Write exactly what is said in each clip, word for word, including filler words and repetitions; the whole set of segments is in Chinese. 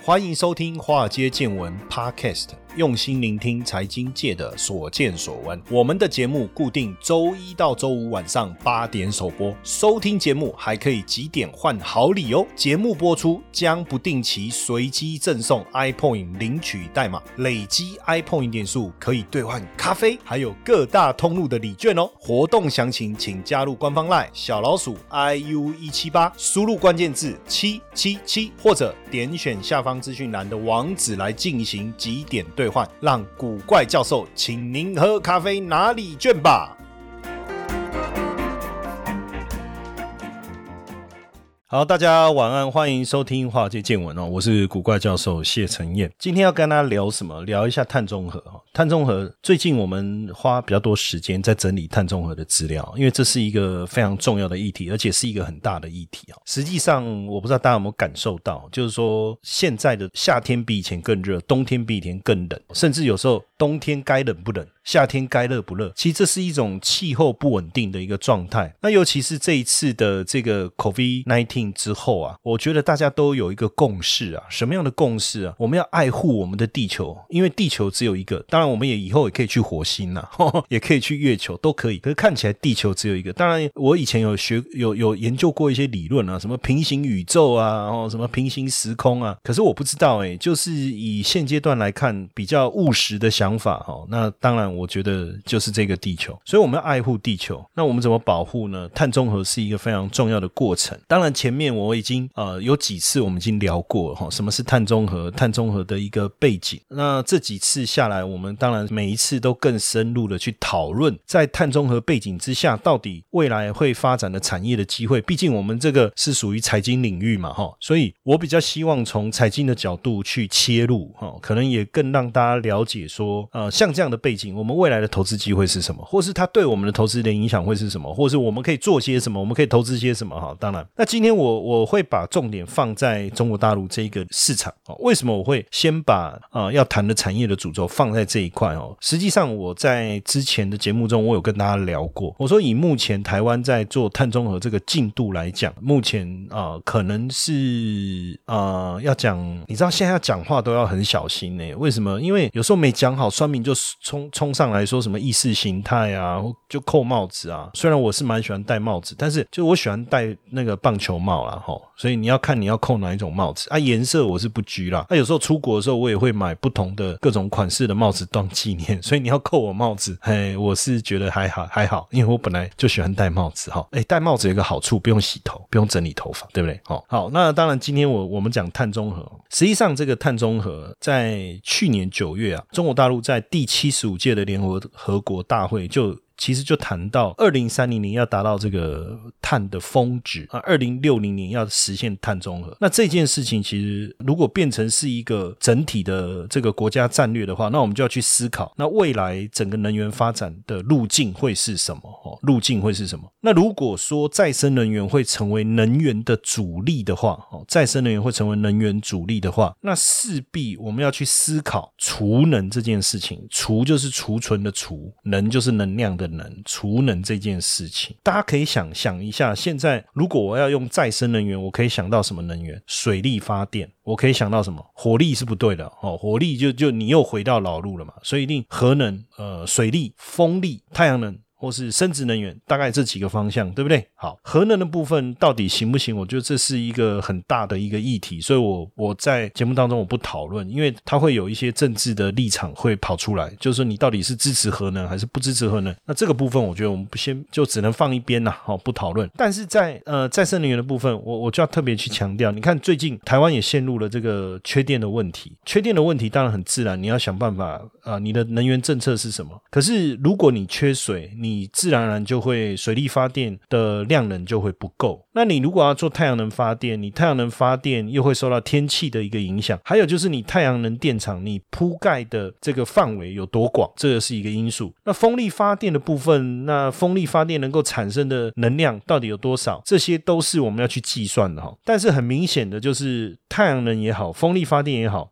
欢迎收听华尔街见闻 Podcast， 用心聆听财经界的所见所闻。我们的节目固定周一到周五晚上八点首播，收听节目还可以集点换好礼哦。节目播出将不定期随机赠送 iPoint 领取代码，累积 iPoint 点数可以兑换咖啡，还有各大通路的礼券哦。活动详情请加入官方 LINE 小老鼠 I U 一七八， 输入关键字七七七，或者点选下方资讯栏的网址来进行集点兑换，让古怪教授请您喝咖啡拿礼券吧。好，大家晚安，欢迎收听华尔街见闻哦，我是古怪教授谢承彦。今天要跟大家聊什么？聊一下碳中和。碳中和最近我们花比较多时间在整理碳中和的资料，因为这是一个非常重要的议题，而且是一个很大的议题。实际上我不知道大家有没有感受到，就是说现在的夏天比以前更热，冬天比以前更冷，甚至有时候冬天该冷不冷，夏天该热不热，其实这是一种气候不稳定的一个状态。那尤其是这一次的这个 COVID 十九 之后啊，我觉得大家都有一个共识啊，什么样的共识啊？我们要爱护我们的地球，因为地球只有一个。当然我们也以后也可以去火星啊，呵呵也可以去月球，都可以。可是看起来地球只有一个。当然我以前有学有有研究过一些理论啊，什么平行宇宙啊，哦，什么平行时空啊，可是我不知道诶，就是以现阶段来看比较务实的想法哦，那当然我觉得就是这个地球，所以我们要爱护地球。那我们怎么保护呢？碳中和是一个非常重要的过程。当然前面我已经呃有几次我们已经聊过齁，什么是碳中和，碳中和的一个背景。那这几次下来，我们当然每一次都更深入的去讨论在碳中和背景之下到底未来会发展的产业的机会。毕竟我们这个是属于财经领域嘛齁，所以我比较希望从财经的角度去切入齁，可能也更让大家了解说呃像这样的背景，我们未来的投资机会是什么，或是它对我们的投资的影响会是什么，或是我们可以做些什么，我们可以投资些什么齁。当然那今天我我会把重点放在中国大陆这个市场。为什么我会先把、呃、要谈的产业的主轴放在这一块？实际上我在之前的节目中我有跟大家聊过，我说以目前台湾在做碳中和这个进度来讲，目前、呃、可能是呃要讲，你知道现在要讲话都要很小心耶。为什么？因为有时候没讲好，酸民就冲冲上来说什么意识形态啊，就扣帽子啊。虽然我是蛮喜欢戴帽子，但是就我喜欢戴那个棒球帽啦齁，所以你要看你要扣哪一种帽子啊，颜色我是不拘啦。啊，有时候出国的时候我也会买不同的各种款式的帽子当纪念，所以你要扣我帽子，嘿，我是觉得还好还好，因为我本来就喜欢戴帽子齁。诶，戴帽子有一个好处，不用洗头，不用整理头发，对不对？齁，好，那当然今天我我们讲碳中和，实际上这个碳中和在去年九月啊，中国大陆在第七十五届的联合合国大会就其实就谈到二零三零年要达到这个碳的峰值啊，二零六零年要实现碳中和。那这件事情其实如果变成是一个整体的这个国家战略的话，那我们就要去思考，那未来整个能源发展的路径会是什么？哦，路径会是什么？那如果说再生能源会成为能源的主力的话，哦，再生能源会成为能源主力的话，那势必我们要去思考储能这件事情。储就是储存的储，能就是能量的能，储能这件事情，大家可以想象一下，现在如果我要用再生能源，我可以想到什么能源？水力发电。我可以想到什么？火力是不对的哦，火力就就你又回到老路了嘛，所以一定核能、呃水力、风力、太阳能。或是生质能源，大概这几个方向，对不对？好，核能的部分到底行不行？我觉得这是一个很大的一个议题，所以我我在节目当中我不讨论，因为它会有一些政治的立场会跑出来，就是说你到底是支持核能还是不支持核能？那这个部分我觉得我们先就只能放一边啦，好，不讨论。但是在呃再生能源的部分，我我就要特别去强调，你看最近台湾也陷入了这个缺电的问题，缺电的问题当然很自然，你要想办法啊、呃，你的能源政策是什么？可是如果你缺水，你你自然而然就会水力发电的量能就会不够。那你如果要做太阳能发电，你太阳能发电又会受到天气的一个影响，还有就是你太阳能电厂你铺盖的这个范围有多广，这个是一个因素。那风力发电的部分，那风力发电能够产生的能量到底有多少，这些都是我们要去计算的。但是很明显的就是太阳能也好，风力发电也好，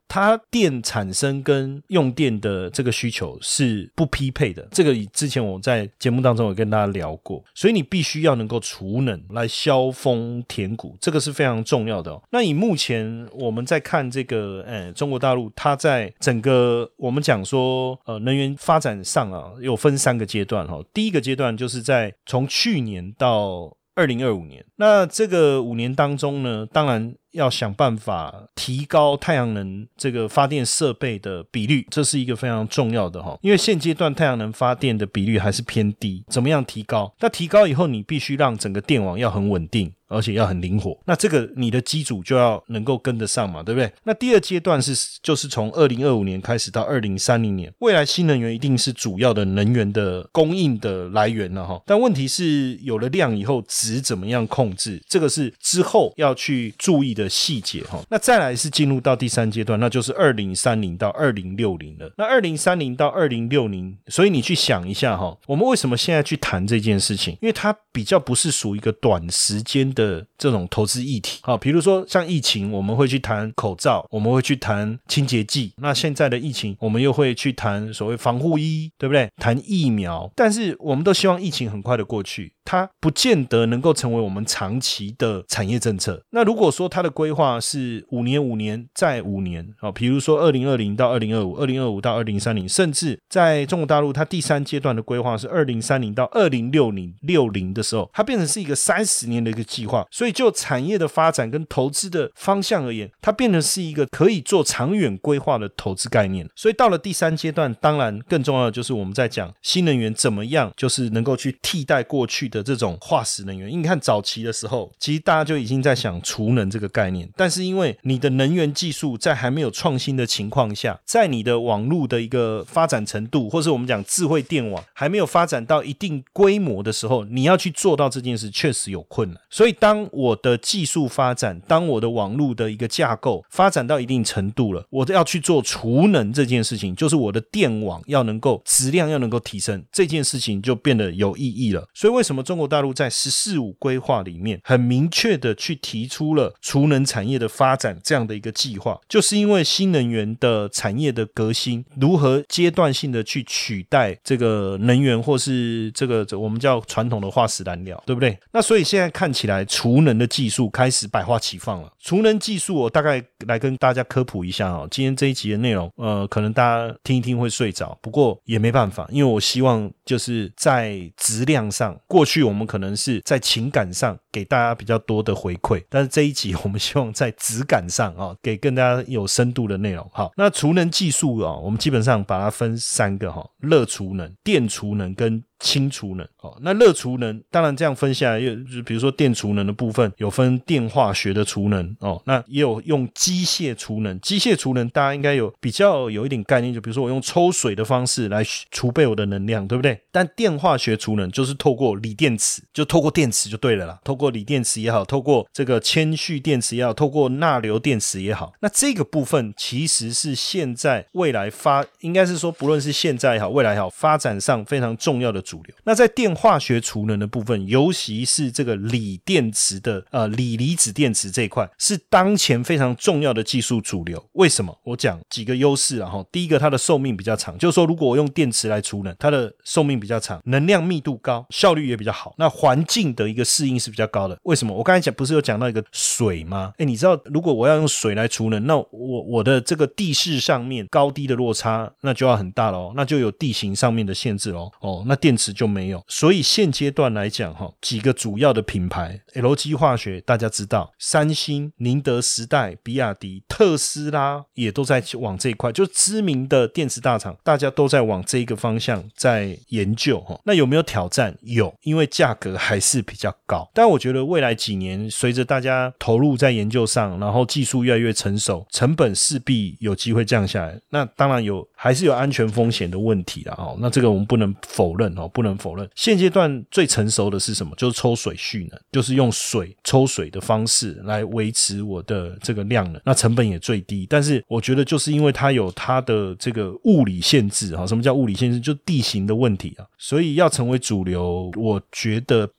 它电产生跟用电的这个需求是不匹配的，这个之前我在节目当中有跟大家聊过，所以你必须要能够储能来消峰填谷，这个是非常重要的哦。那以目前我们在看这个呃中国大陆，它在整个我们讲说呃能源发展上啊，有分三个阶段哦。第一个阶段就是在从去年到二零二五年，那这个五年当中呢，当然要想办法提高太阳能这个发电设备的比率，这是一个非常重要的哈。因为现阶段太阳能发电的比率还是偏低，怎么样提高？那提高以后，你必须让整个电网要很稳定，而且要很灵活。那这个你的机组就要能够跟得上嘛，对不对？那第二阶段是就是从二零二五年开始到二零三零年，未来新能源一定是主要的能源的供应的来源了哈。但问题是有了量以后，值怎么样控制？这个是之后要去注意的细节哈。那再来是进入到第三阶段，那就是二零三零到二零六零了。那二零三零到二零六零，所以你去想一下哈，我们为什么现在去谈这件事情？因为它比较不是属于一个短时间的这种投资议题。好，比如说像疫情，我们会去谈口罩，我们会去谈清洁剂。那现在的疫情，我们又会去谈所谓防护衣，对不对？谈疫苗。但是我们都希望疫情很快的过去，它不见得能够成为我们长期的产业政策。那如果说它的规划是五年五年再五年，好，比如说二零二零到二零二五，二零二五到二零三零，甚至在中国大陆它第三阶段的规划是二零三零到二零六零六零的时候，它变成是一个三十年的一个计划。所以就产业的发展跟投资的方向而言，它变成是一个可以做长远规划的投资概念。所以到了第三阶段，当然更重要的就是我们在讲新能源怎么样就是能够去替代过去的这种化石能源。因为你看早期的时候，其实大家就已经在想储能这个概念，但是因为你的能源技术在还没有创新的情况下，在你的网络的一个发展程度，或是我们讲智慧电网还没有发展到一定规模的时候，你要去做到这件事确实有困难。所以当我的技术发展，当我的网络的一个架构发展到一定程度了，我要去做储能这件事情，就是我的电网要能够质量要能够提升，这件事情就变得有意义了。所以为什么中国大陆在十四五规划里面很明确的去提出了储能产业的发展这样的一个计划，就是因为新能源的产业的革新，如何阶段性的去取代这个能源或是这个我们叫传统的化石燃料，对不对？那所以现在看起来储能的技术开始百花齐放了。储能技术我大概来跟大家科普一下哦，今天这一集的内容呃，可能大家听一听会睡着，不过也没办法，因为我希望就是在质量上，过去我们可能是在情感上给大家比较多的回馈，但是这一集我们希望在质感上啊、哦，给更大家有深度的内容。好，那储能技术啊、哦，我们基本上把它分三个哈、哦，热储能、电储能跟氢储能。哦，那热储能当然这样分下来，就比如说电储能的部分有分电化学的储能哦，那也有用机械储能。机械储能大家应该有比较有一点概念，就比如说我用抽水的方式来储备我的能量，对不对？但电化学储能就是透过锂电池，就透过电池就对了啦，透过锂电池也好，透过这个铅蓄电池也好，透过钠流电池也好，那这个部分其实是现在未来发应该是说不论是现在也好未来也好发展上非常重要的主流。那在电化学储能的部分，尤其是这个锂电池的呃锂离子电池这一块是当前非常重要的技术主流。为什么？我讲几个优势啊。第一个，它的寿命比较长，就是说如果我用电池来储能，它的寿命比较长，能量密度高，效率也比较好，那环境的一个适应是比较高的。为什么？我刚才讲不是有讲到一个水吗？诶，你知道如果我要用水来储能，那我我的这个地势上面高低的落差那就要很大咯，那就有地形上面的限制咯。哦，那电池就没有。所以现阶段来讲几个主要的品牌 L G 化学大家知道，三星、宁德时代、比亚迪、特斯拉也都在往这一块，就知名的电池大厂大家都在往这一个方向在研究。那有没有挑战？有，因为价格还是比较高，但我觉得未来几年随着大家投入在研究上，然后技术越来越成熟，成本势必有机会降下来。那当然有还是有安全风险的问题啦、哦、那这个我们不能否认、哦、不能否认。现阶段最成熟的是什么？就是抽水蓄能，就是用水抽水的方式来维持我的这个量能，那成本也最低。但是我觉得就是因为它有它的这个物理限制、哦、什么叫物理限制？就地形的问题啊，所以要成为主流我觉得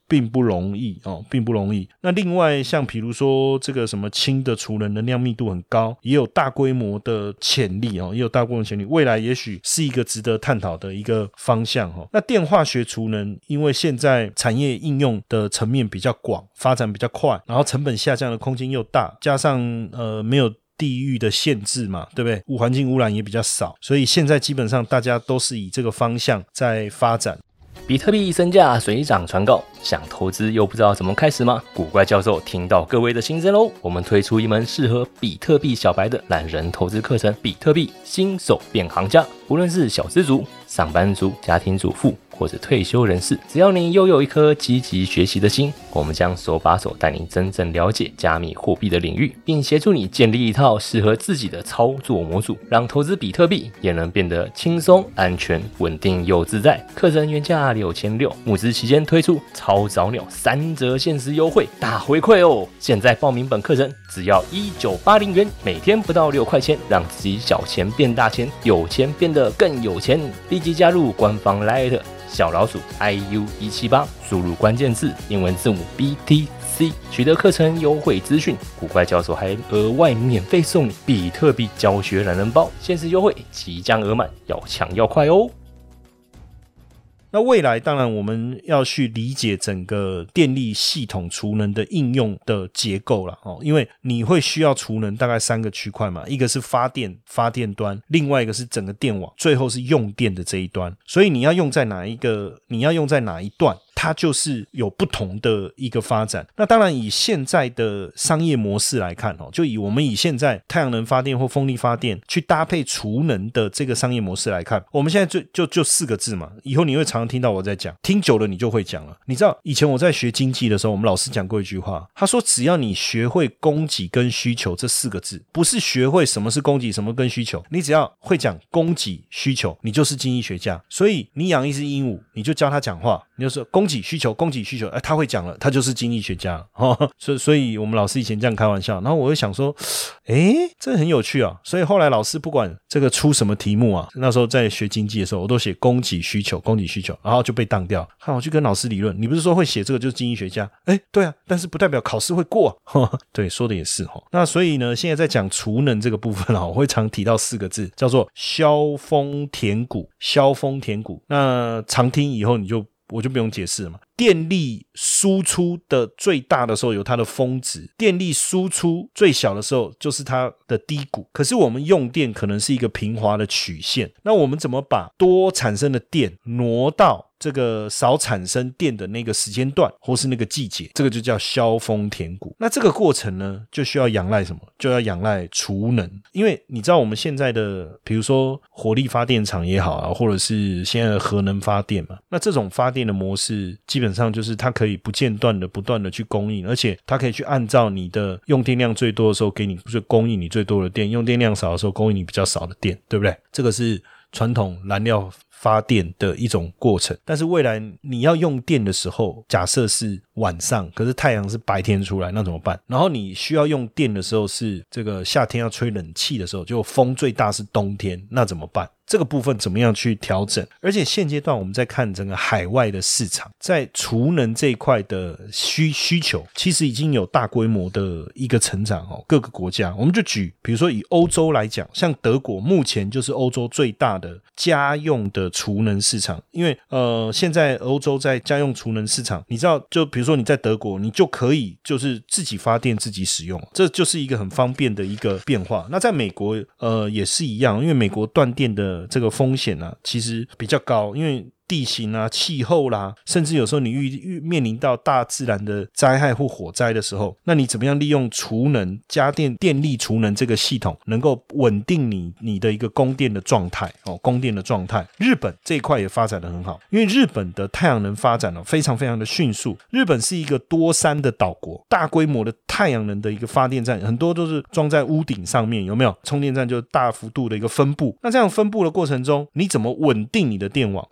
并不容易哦，并不容易。那另外像比如说这个什么氢的储能能量密度很高，也有大规模的潜力哦，也有大规模潜力，未来也许是一个值得探讨的一个方向哦。那电化学储能，因为现在产业应用的层面比较广，发展比较快，然后成本下降的空间又大，加上呃没有地域的限制嘛，对不对？环境污染也比较少，所以现在基本上大家都是以这个方向在发展。 比特币身价水涨船高，想投资又不知道怎么开始吗？古怪教授听到各位的心声喽，我们推出一门适合比特币小白的懒人投资课程——比特币新手变行家。无论是小资族、上班族、家庭主妇或者退休人士，只要你拥有一颗积极学习的心，我们将手把手带你真正了解加密货币的领域，并协助你建立一套适合自己的操作模组，让投资比特币也能变得轻松、安全、稳定又自在。课程原价六千六，募资期间推出超早鸟三折限时优惠，大回馈哦！现在报名本课程只要一九八零元，每天不到六块钱，让自己小钱变大钱，有钱变得更有钱。立即加入官方 Line 小老鼠 I U 一七八，输入关键字英文字母 B T C， 取得课程优惠资讯。古怪教授还额外免费送你比特币教学懒人包，限时优惠即将额满，要抢要快哦！ 那未来当然我们要去理解整个电力系统储能的应用的结构啦，哦，因为你会需要储能大概三个区块嘛，一个是发电发电端，另外一个是整个电网，最后是用电的这一端。所以你要用在哪一个，你要用在哪一段，它就是有不同的一个发展。那当然以现在的商业模式来看，就以我们以现在太阳能发电或风力发电去搭配储能的这个商业模式来看，我们现在就就就四个字嘛，以后你会常常听到我在讲，听久了你就会讲了。你知道以前我在学经济的时候，我们老师讲过一句话，他说只要你学会供给跟需求这四个字，不是学会什么是供给什么跟需求，你只要会讲供给需求，你就是经济学家。所以你养一只鹦鹉，你就教他讲话，你就说供给需求供给需求，哎，他会讲了，他就是经济学家。哦，所以所以我们老师以前这样开玩笑，然后我会想说，诶，这很有趣啊。所以后来老师不管这个出什么题目啊，那时候在学经济的时候，我都写供给需求供给需求，然后就被当掉。看我去跟老师理论，你不是说会写这个就是经济学家？诶，对啊，但是不代表考试会过啊。对，说的也是。那所以呢，现在在讲储能这个部分啊，我会常提到四个字，叫做削峰填谷。削峰填谷，那常听以后你就我就不用解释了嘛。电力输出的最大的时候有它的峰值，电力输出最小的时候就是它的低谷。可是我们用电可能是一个平滑的曲线，那我们怎么把多产生的电挪到这个少产生电的那个时间段或是那个季节，这个就叫削峰填谷。那这个过程呢，就需要仰赖什么？就要仰赖储能。因为你知道我们现在的比如说火力发电厂也好啊，或者是现在的核能发电嘛，那这种发电的模式基本上就是它可以不间断的不断的去供应，而且它可以去按照你的用电量最多的时候给你供应你最多的电，用电量少的时候供应你比较少的电，对不对？这个是传统燃料发电的一种过程。但是未来你要用电的时候，假设是晚上，可是太阳是白天出来，那怎么办？然后你需要用电的时候是这个夏天要吹冷气的时候，就风最大是冬天，那怎么办？这个部分怎么样去调整？而且现阶段我们在看整个海外的市场，在储能这一块的需需求其实已经有大规模的一个成长哦。各个国家我们就举比如说以欧洲来讲，像德国目前就是欧洲最大的家用的储能市场。因为呃，现在欧洲在家用储能市场，你知道就比如说你在德国你就可以就是自己发电自己使用，这就是一个很方便的一个变化。那在美国呃也是一样，因为美国断电的这个风险啊其实比较高，因为地形啊、气候啦，甚至有时候你遇遇面临到大自然的灾害或火灾的时候，那你怎么样利用储能家电电力储能这个系统，能够稳定你你的一个供电的状态哦，供电的状态。日本这一块也发展得很好，因为日本的太阳能发展哦非常非常的迅速。日本是一个多山的岛国，大规模的太阳能的一个发电站，很多都是装在屋顶上面，有没有？充电站就大幅度的一个分布。那这样分布的过程中，你怎么稳定你的电网？甚至你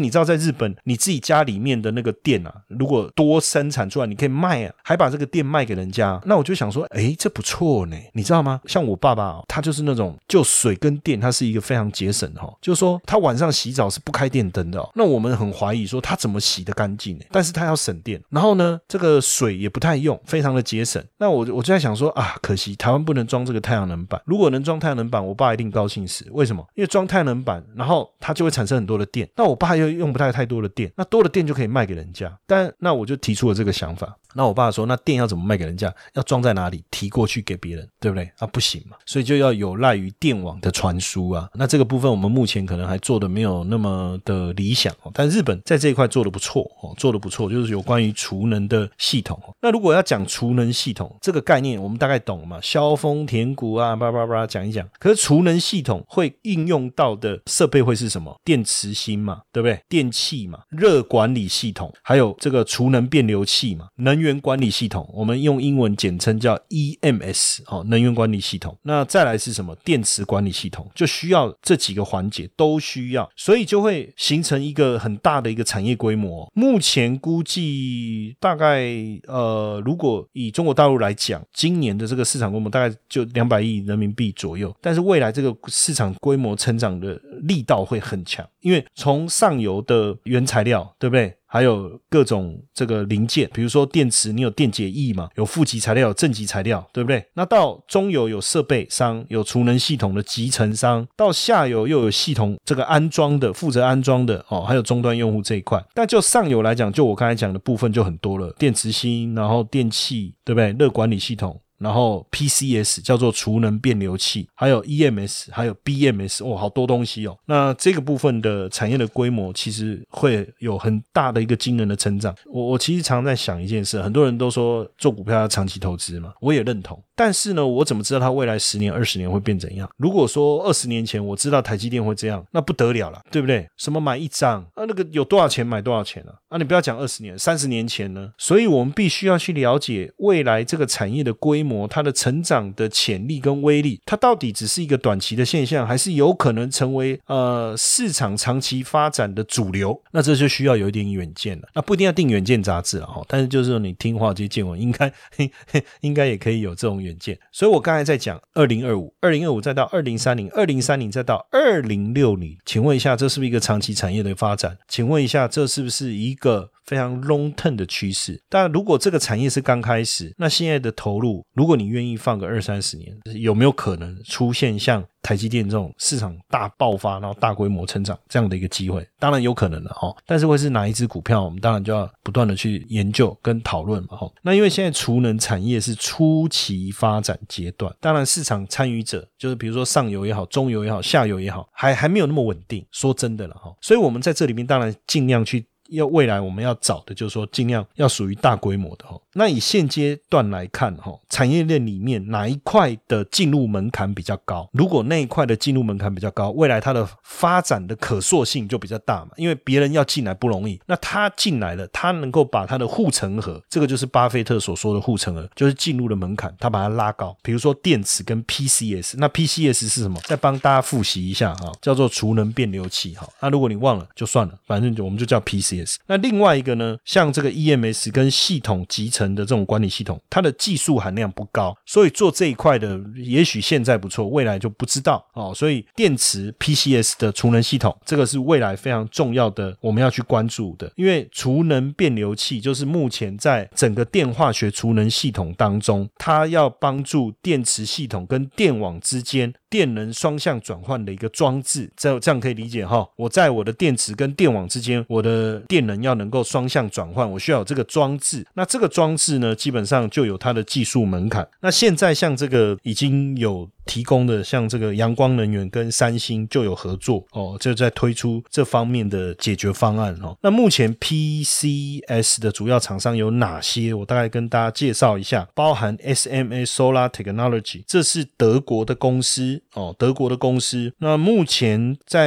你知道在日本你自己家里面的那个电啊，如果多生产出来你可以卖啊，还把这个电卖给人家，那我就想说诶这不错呢，你知道吗？像我爸爸、哦、他就是那种就水跟电他是一个非常节省的、哦、就是说他晚上洗澡是不开电灯的、哦、那我们很怀疑说他怎么洗得干净呢？但是他要省电，然后呢这个水也不太用，非常的节省。那我我就在想说啊，可惜台湾不能装这个太阳能板，如果能装太阳能板我爸一定高兴死。为什么？因为装太阳能板然后它就会产生很多的电，那我爸又用不太太多的电，那多的电就可以卖给人家。但那我就提出了这个想法，那我爸说那电要怎么卖给人家？要装在哪里？提过去给别人，对不对？啊不行嘛，所以就要有赖于电网的传输啊。那这个部分我们目前可能还做的没有那么的理想，但日本在这一块做的不错，做的不错，就是有关于储能的系统。那如果要讲储能系统这个概念我们大概懂嘛，萧峰田谷啊叭叭叭讲一讲。可是储能系统会应用到的设备会是什么？电池芯嘛，对不对？电器嘛，热管理系统，还有这个储能变流器嘛，能源管理系统，我们用英文简称叫 E M S、哦、能源管理系统。那再来是什么？电池管理系统，就需要这几个环节都需要，所以就会形成一个很大的一个产业规模。目前估计大概呃，如果以中国大陆来讲，今年的这个市场规模大概就两百亿人民币左右，但是未来这个市场规模成长的力道会很强，因为从上游的原材料，对不对？还有各种这个零件，比如说电池你有电解液嘛，有负极材料有正极材料，对不对？那到中游有设备商，有储能系统的集成商，到下游又有系统这个安装的负责安装的哦，还有终端用户这一块。但就上游来讲，就我刚才讲的部分就很多了，电池芯，然后电器，对不对？热管理系统，然后 P C S 叫做储能变流器，还有 E M S， 还有 B M S， 哦，好多东西哦。那这个部分的产业的规模其实会有很大的一个惊人的成长。我我其实常在想一件事，很多人都说做股票要长期投资嘛，我也认同。但是呢，我怎么知道它未来十年、二十年会变怎样？如果说二十年前我知道台积电会这样，那不得了了，对不对？什么买一张啊，那个有多少钱买多少钱啊？啊，你不要讲二十年、三十年前呢。所以我们必须要去了解未来这个产业的规模，它的成长的潜力跟威力，它到底只是一个短期的现象，还是有可能成为呃市场长期发展的主流？那这就需要有一点远见了。那不一定要订远见杂志了，但是就是说你听华尔街见闻，应该应该也可以有这种远见。所以我刚才在讲二零二五 二零二五再到二零三零 二零三零再到二零六零，请问一下这是不是一个长期产业的发展？请问一下这是不是一个非常 long term 的趋势？但如果这个产业是刚开始，那现在的投入，如果你愿意放个二三十年，有没有可能出现像台积电这种市场大爆发然后大规模成长这样的一个机会？当然有可能了、哦、但是会是哪一支股票，我们当然就要不断的去研究跟讨论嘛、哦、那因为现在储能产业是初期发展阶段，当然市场参与者就是比如说上游也好，中游也好，下游也好，还还没有那么稳定，说真的了、哦、所以我们在这里面当然尽量去要未来我们要找的就是说尽量要属于大规模的、哦、那以现阶段来看、哦、产业链里面哪一块的进入门槛比较高？如果那一块的进入门槛比较高，未来它的发展的可塑性就比较大嘛，因为别人要进来不容易，那他进来了，他能够把他的护城河，这个就是巴菲特所说的护城河，就是进入的门槛他把它拉高。比如说电池跟 P C S， 那 P C S 是什么？再帮大家复习一下、哦、叫做储能变流器、哦、那如果你忘了就算了，反正我们就叫 P C S。 那另外一个呢，像这个 E M S 跟系统集成的这种管理系统，它的技术含量不高，所以做这一块的也许现在不错，未来就不知道、哦、所以电池 P C S 的储能系统，这个是未来非常重要的我们要去关注的。因为储能变流器就是目前在整个电化学储能系统当中，它要帮助电池系统跟电网之间电能双向转换的一个装置，这这样可以理解哈。我在我的电池跟电网之间，我的电能要能够双向转换，我需要有这个装置。那这个装置呢，基本上就有它的技术门槛。那现在像这个已经有提供的，像这个阳光能源跟三星就有合作哦，就在推出这方面的解决方案哦。那目前 P C S 的主要厂商有哪些？我大概跟大家介绍一下，包含 S M A Solar Technology， 这是德国的公司哦，德国的公司。那目前在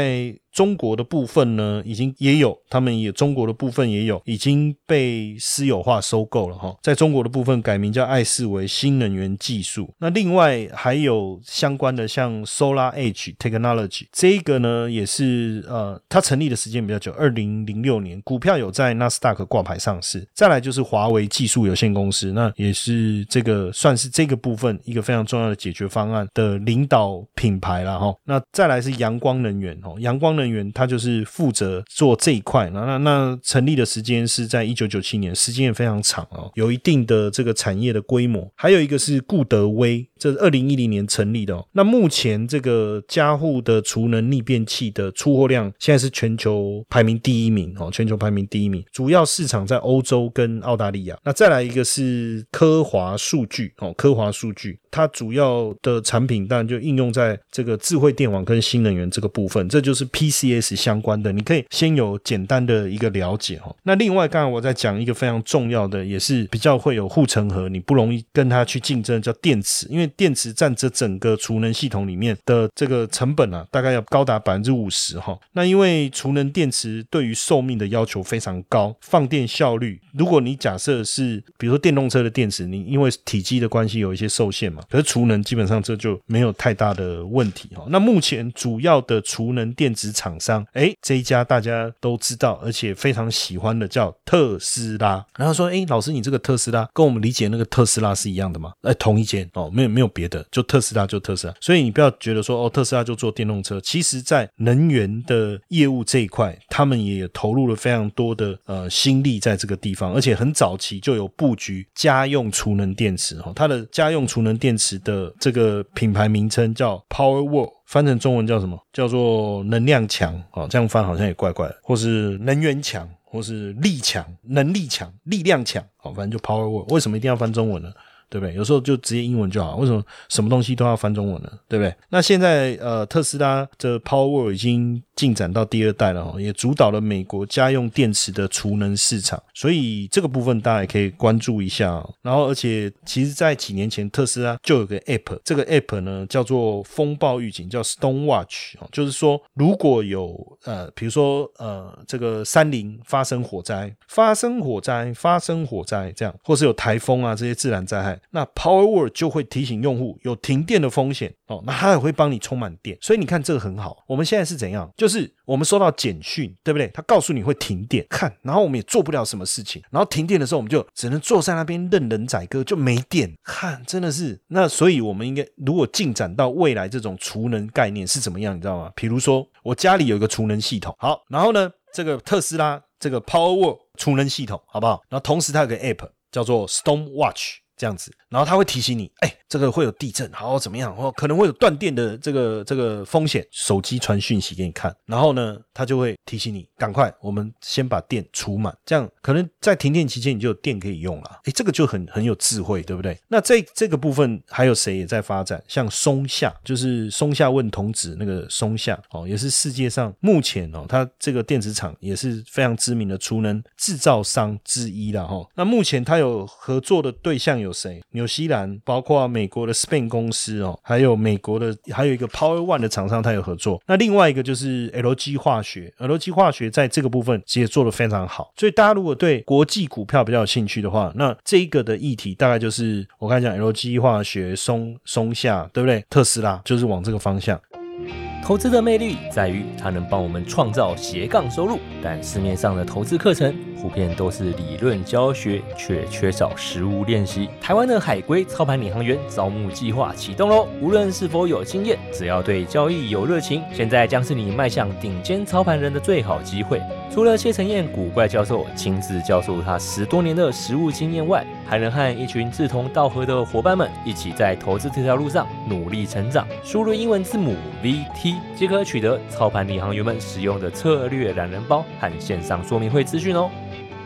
中国的部分呢，已经也有，他们也中国的部分也有已经被私有化收购了哈，在中国的部分改名叫爱世为新能源技术。那另外还有相关的像 Solar Edge Technology， 这个呢也是呃，它成立的时间比较久，二零零六年，股票有在纳斯达克挂牌上市。再来就是华为技术有限公司，那也是这个算是这个部分一个非常重要的解决方案的领导品牌啦齁。那再来是阳光能源齁，阳光能源它就是负责做这一块，那那那成立的时间是在一九九七年，时间也非常长哦，有一定的这个产业的规模。还有一个是固德威，这是二零一零年成立的哦。那目前这个家户的储能逆变器的出货量现在是全球排名第一名哦，全球排名第一名，主要市场在欧洲跟澳大利亚。那再来一个是科华数据哦，科华数据它主要的产品当然就应用在这个智慧电网跟新能源这个部分，这就是 P C S 相关的，你可以先有简单的一个了解哦。那另外刚才我在讲一个非常重要的，也是比较会有护城河，你不容易跟它去竞争，叫电池，因为电池占这整个储能系统里面的这个成本啊，大概要高达 百分之五十 哈。那因为储能电池对于寿命的要求非常高，放电效率，如果你假设是比如说电动车的电池，你因为体积的关系有一些受限嘛，可是储能基本上这就没有太大的问题哈。那目前主要的储能电池厂商，诶，这一家大家都知道而且非常喜欢的叫特斯拉。然后说诶，老师你这个特斯拉跟我们理解那个特斯拉是一样的吗？诶，同一间哦，没有没有别的，就特斯拉就特斯拉。所以你不要觉得说哦，特斯拉就做电动车，其实在能源的业务这一块他们也投入了非常多的呃心力在这个地方，而且很早期就有布局家用储能电池哦，它的家用储能电池的这个品牌名称叫 Powerwall，翻成中文叫什么？叫做能量强哦，这样翻好像也怪怪的，或是能源强，或是力强、能力强、力量强，好，反正就 Powerwall。为什么一定要翻中文呢？对不对？有时候就直接英文就好，为什么什么东西都要翻中文呢？对不对？那现在呃，特斯拉的 Powerwall 已经进展到第二代了齁，也主导了美国家用电池的储能市场，所以这个部分大家也可以关注一下齁。然后而且其实在几年前特斯拉就有个 App， 这个 App 呢叫做风暴预警，叫 Storm Watch， 就是说如果有呃比如说呃这个山林发生火灾发生火灾发生火灾这样，或是有台风啊这些自然灾害，那 Powerwall 就会提醒用户有停电的风险哦，那它也会帮你充满电。所以你看这个很好，我们现在是怎样？就是我们收到简讯，对不对？它告诉你会停电，看，然后我们也做不了什么事情，然后停电的时候我们就只能坐在那边任人宰割，就没电。看，真的是，那所以我们应该如果进展到未来这种储能概念是怎么样，你知道吗？比如说我家里有一个储能系统，好，然后呢这个特斯拉这个 Powerwall 储能系统好不好？然后同时它有个 App 叫做 Storm Watch，这样子，然后它会提醒你，哎，这个会有地震，好怎么样，或可能会有断电的这个这个风险，手机传讯息给你看，然后呢，它就会提醒你，赶快，我们先把电储满，这样可能在停电期间你就有电可以用了，哎，这个就很很有智慧，对不对？那这这个部分还有谁也在发展？像松下，就是松下问童子那个松下哦，也是世界上目前哦，它这个电池厂也是非常知名的储能制造商之一啦哦。那目前它有合作的对象有谁？纽西兰，包括美国的 Spain 公司哦，还有美国的，还有一个 Power One 的厂商，它有合作。那另外一个就是 L G 化学 ，L G 化学在这个部分其实也做得非常好。所以大家如果对国际股票比较有兴趣的话，那这一个的议题大概就是我刚才讲 L G 化学、松松下，对不对？特斯拉就是往这个方向。 投资的魅力在于它能帮我们创造斜杠收入，但市面上的投资课程普遍都是理论教学，却缺少实务练习。台湾的海龟操盘领航员招募计划启动咯，无论是否有经验，只要对交易有热情，现在将是你迈向顶尖操盘人的最好机会。除了谢承彦古怪教授亲自教授他十多年的实务经验外，还能和一群志同道合的伙伴们一起在投资这条路上努力成长。输入英文字母 V T 即可取得操盘领航员们使用的策略懒人包和线上说明会资讯哦。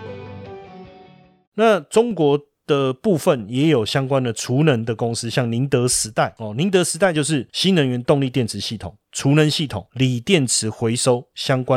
那中国的部分也有相关的储能的公司，像宁德时代哦，宁德时代就是新能源动力电池系统、储能系统、锂电池回收相关的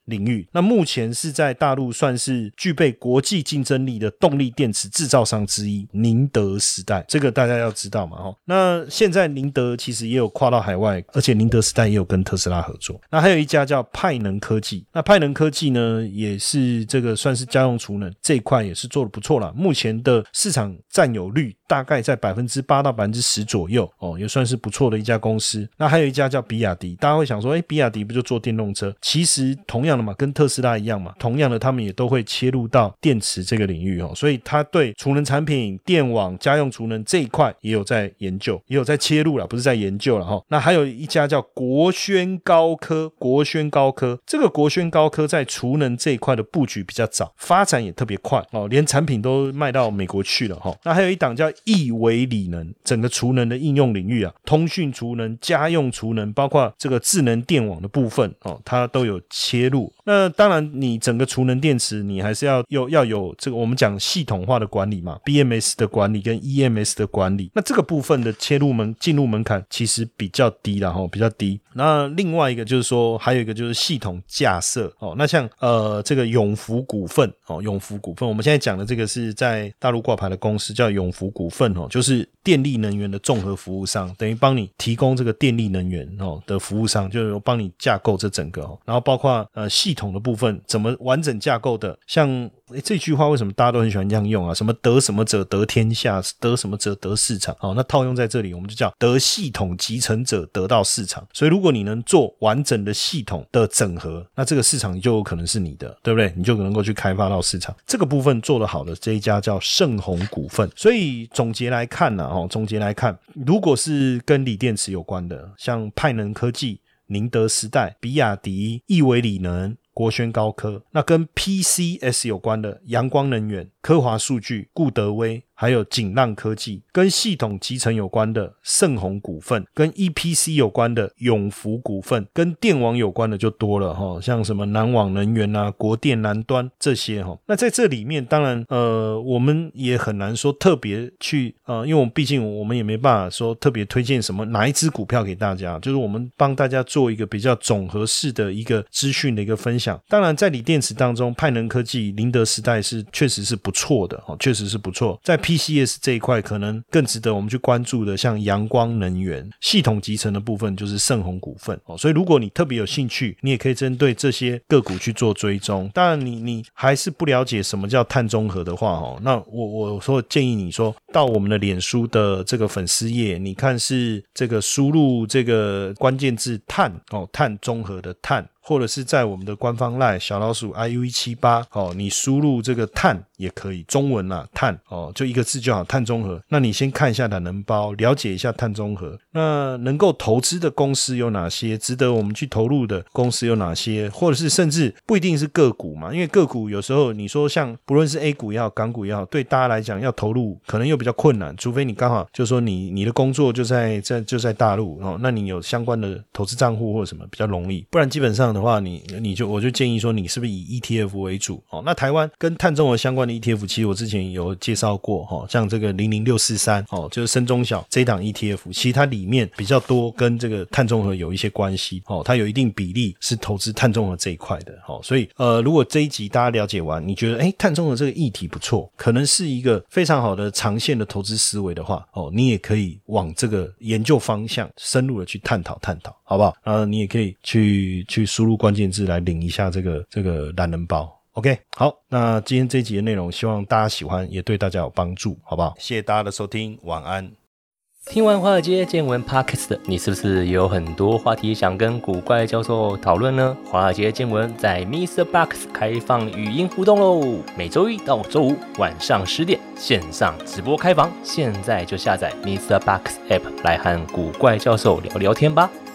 领域。那目前是在大陆算是具备国际竞争力的动力电池制造商之一，宁德时代，这个大家要知道嘛。那现在宁德其实也有跨到海外，而且宁德时代也有跟特斯拉合作。那还有一家叫派能科技，那派能科技呢也是这个算是家用储能这一块也是做得不错啦，目前的市场占有率大概在 百分之八 到 百分之十 左右哦，也算是不错的一家公司。那还有一家叫比亚迪，大家会想说诶比亚迪不就做电动车，其实同样的嘛，跟特斯拉一样嘛，同样的他们也都会切入到电池这个领域哦，所以他对储能产品、电网、家用储能这一块也有在研究，也有在切入啦，不是在研究啦齁。那还有一家叫国轩高科，国轩高科，这个国轩高科在储能这一块的布局比较早，发展也特别快哦，连产品都卖到美国去了齁。那还有一档叫易维理能，整个储能的应用领域啊，通讯储能、家用储能，包括这个智能电网的部分哦，它都有切入。那当然你整个储能电池你还是要有要有这个我们讲系统化的管理嘛， B M S 的管理跟 E M S 的管理，那这个部分的切入门进入门槛其实比较低啦齁，比较低。那另外一个就是说还有一个就是系统架设哦，那像呃这个永福股份哦，永福股份我们现在讲的这个是在大陆挂牌的公司叫永福股份哦，就是电力能源的综合服务商，等于帮你提供这个电力能源哦的服务商，就是帮你架构这整个哦，然后包括呃系统的部分怎么完整架构的，像诶这句话为什么大家都很喜欢这样用啊？什么得什么者得天下，得什么者得市场。好，那套用在这里，我们就叫得系统集成者得到市场。所以如果你能做完整的系统的整合，那这个市场就有可能是你的，对不对？你就能够去开发到市场。这个部分做得好的这一家叫盛宏股份。所以总结来看呢、啊，总结来看，如果是跟锂电池有关的，像派能科技、宁德时代、比亚迪、易维理能、国轩高科，那跟 P C S 有关的阳光能源、科华数据、固德威，还有景浪科技，跟系统集成有关的盛宏股份，跟 E P C 有关的永福股份，跟电网有关的就多了齁，像什么南网能源啊、国电南端这些齁。那在这里面当然呃我们也很难说特别去呃因为我们毕竟我们也没办法说特别推荐什么哪一支股票给大家，就是我们帮大家做一个比较总和式的一个资讯的一个分享。当然在锂电池当中，派能科技、宁德时代是确实是不错的齁，确实是不错。在P C S 这一块可能更值得我们去关注的，像阳光能源系统集成的部分就是盛宏股份、哦、所以如果你特别有兴趣，你也可以针对这些个股去做追踪。当然你你还是不了解什么叫碳中和的话、哦、那我我说建议你说到我们的脸书的这个粉丝页，你看是这个输入这个关键字碳哦，碳中和的碳，或者是在我们的官方 LINE 小老鼠 I U 一七八 哦，你输入这个碳也可以，中文啦碳哦，就一个字就好，碳中和。那你先看一下懒人包，了解一下碳中和，那能够投资的公司有哪些，值得我们去投入的公司有哪些，或者是甚至不一定是个股嘛，因为个股有时候你说像不论是 A 股也好港股也好，对大家来讲要投入可能又比较困难，除非你刚好就是说你你的工作就在在就在大陆哦，那你有相关的投资账户或者什么比较容易，不然基本上的话你你就我就建议说你是不是以 E T F 为主哦。那台湾跟碳中和相关的 E T F 其实我之前有介绍过哦，像这个零零六四三哦，就是深中小这一档 E T F， 其实它里面比较多跟这个碳中和有一些关系哦，它有一定比例是投资碳中和这一块的哦。所以呃如果这一集大家了解完，你觉得诶碳中和这个议题不错，可能是一个非常好的长线的投资思维的话哦，你也可以往这个研究方向深入的去探讨探讨，好不好？呃你也可以去去输入关键字来领一下这个这个懒人包。OK， 好，那今天这一集的内容希望大家喜欢，也对大家有帮助，好不好？谢谢大家的收听，晚安。 听完华尔街见闻 Podcast， 你是不是也有很多话题想跟古怪教授讨论呢？华尔街见闻在 Mister Box 开放语音互动喽，每周一到周五晚上十点线上直播开房，现在就下载 Mister Box App 来和古怪教授聊聊天吧。